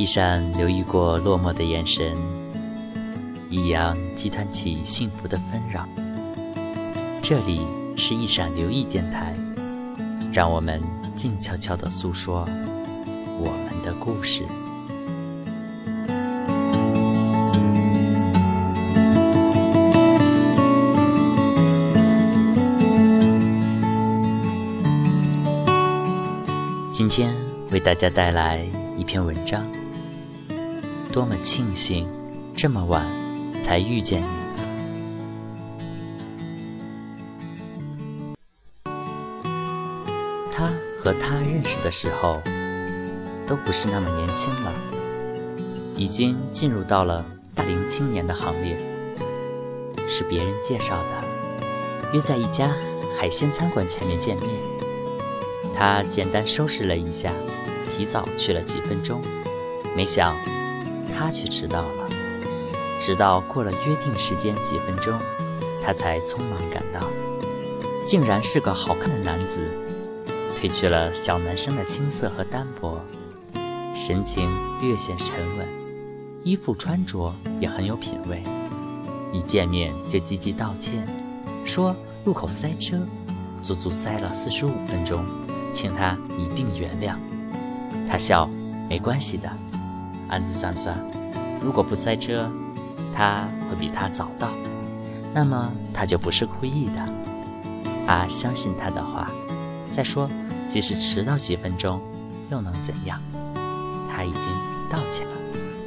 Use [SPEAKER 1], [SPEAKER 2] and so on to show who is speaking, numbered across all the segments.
[SPEAKER 1] 闪留意过落寞的眼神，一样激湍起幸福的纷扰。这里是一闪留意电台，让我们静悄悄地诉说我们的故事。今天为大家带来一篇文章，多么庆幸这么晚才遇见你。他和他认识的时候都不是那么年轻了，已经进入到了大龄青年的行列。是别人介绍的，约在一家海鲜餐馆前面见面。他简单收拾了一下，提早去了几分钟，没想他却迟到了。直到过了约定时间几分钟，他才匆忙赶到。竟然是个好看的男子，褪去了小男生的青涩和单薄，神情略显沉稳，衣服穿着也很有品味。一见面就积极道歉，说路口塞车，足足塞了45分钟，请他一并原谅。他笑，没关系的，暗自算算，如果不塞车，他会比他早到，那么他就不是故意的。他相信他的话，再说即使迟到几分钟又能怎样，他已经道歉了。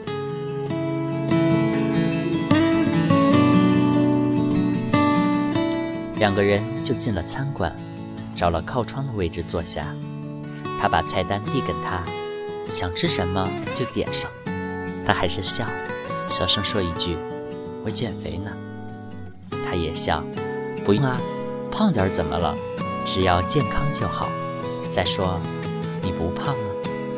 [SPEAKER 1] 两个人就进了餐馆，找了靠窗的位置坐下。他把菜单递给他，想吃什么就点上。他还是笑，小声说一句：“我减肥呢。”他也笑：“不用啊，胖点怎么了？只要健康就好。再说，你不胖啊。”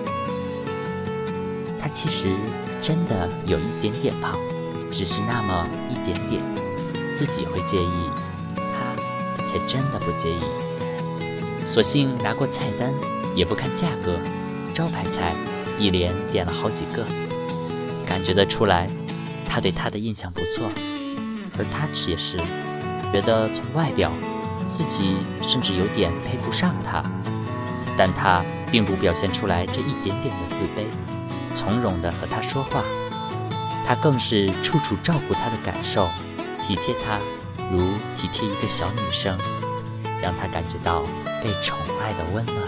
[SPEAKER 1] 他其实真的有一点点胖，只是那么一点点，自己会介意，他却真的不介意。索性拿过菜单，也不看价格，招牌菜一连点了好几个。感觉得出来，他对他的印象不错，而他也是觉得从外表自己甚至有点配不上他，但他并不表现出来这一点点的自卑，从容地和他说话。他更是处处照顾他的感受，体贴他如体贴一个小女生，让他感觉到被宠爱的温暖。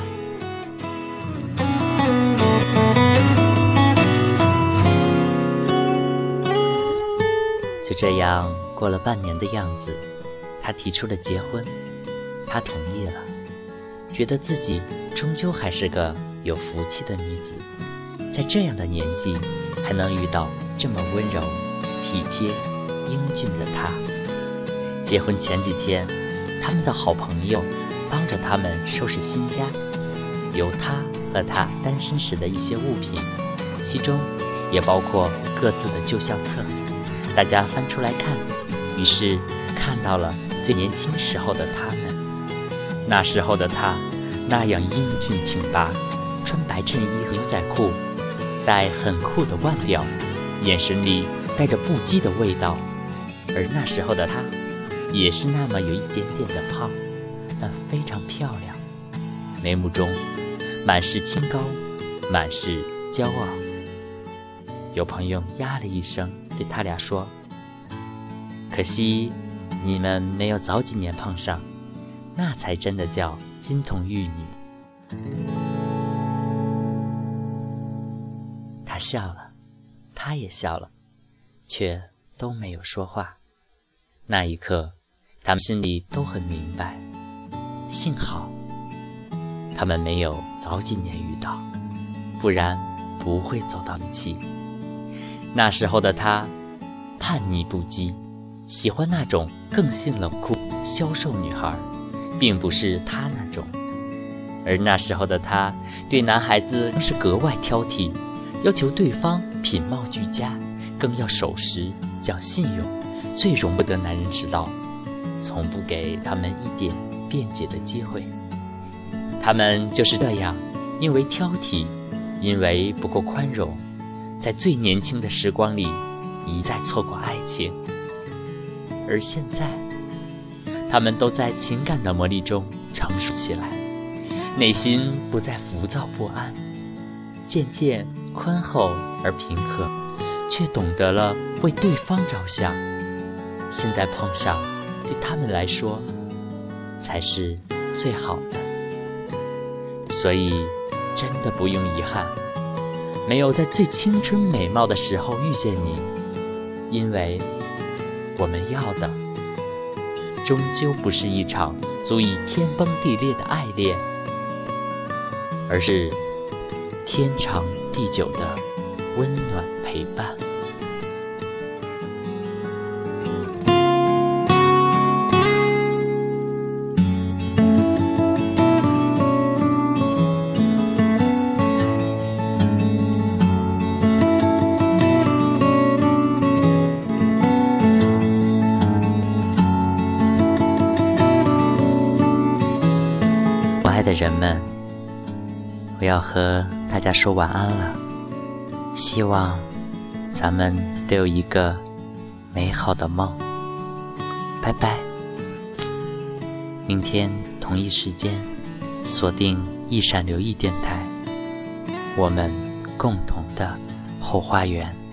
[SPEAKER 1] 就这样过了半年的样子，他提出了结婚，他同意了，觉得自己终究还是个有福气的女子，在这样的年纪还能遇到这么温柔、体贴、英俊的他。结婚前几天，他们的好朋友帮着他们收拾新家，有他和他单身时的一些物品，其中也包括各自的旧相册。大家翻出来看，于是看到了最年轻时候的他们。那时候的他那样英俊挺拔，穿白衬衣和牛仔裤，戴很酷的腕表，眼神里带着不羁的味道。而那时候的他也是那么有一点点的胖，但非常漂亮，眉目中满是清高，满是骄傲。有朋友呀了一声，对他俩说：“可惜你们没有早几年碰上，那才真的叫金童玉女。”他笑了，他也笑了，却都没有说话。那一刻，他们心里都很明白，幸好他们没有早几年遇到，不然不会走到一起。那时候的他叛逆不羁，喜欢那种更性冷酷消瘦女孩，并不是他那种。而那时候的他对男孩子更是格外挑剔，要求对方品貌俱佳，更要守时讲信用，最容不得男人迟到，从不给他们一点辩解的机会。他们就是这样，因为挑剔，因为不够宽容， 在最年轻的时光里一再错过爱情，而现在他们都在情感的磨砺中成熟起来，内心不再浮躁不安，渐渐宽厚而平和，却懂得了为对方着想。现在碰上，对他们来说才是最好的。所以真的不用遗憾，没有在最青春美貌的时候遇见你，因为我们要的终究不是一场足以天崩地裂的爱恋，而是天长地久的温暖陪伴。亲爱的人们，我要和大家说晚安了，希望咱们都有一个美好的梦，拜拜。明天同一时间锁定一闪留意电台，我们共同的后花园。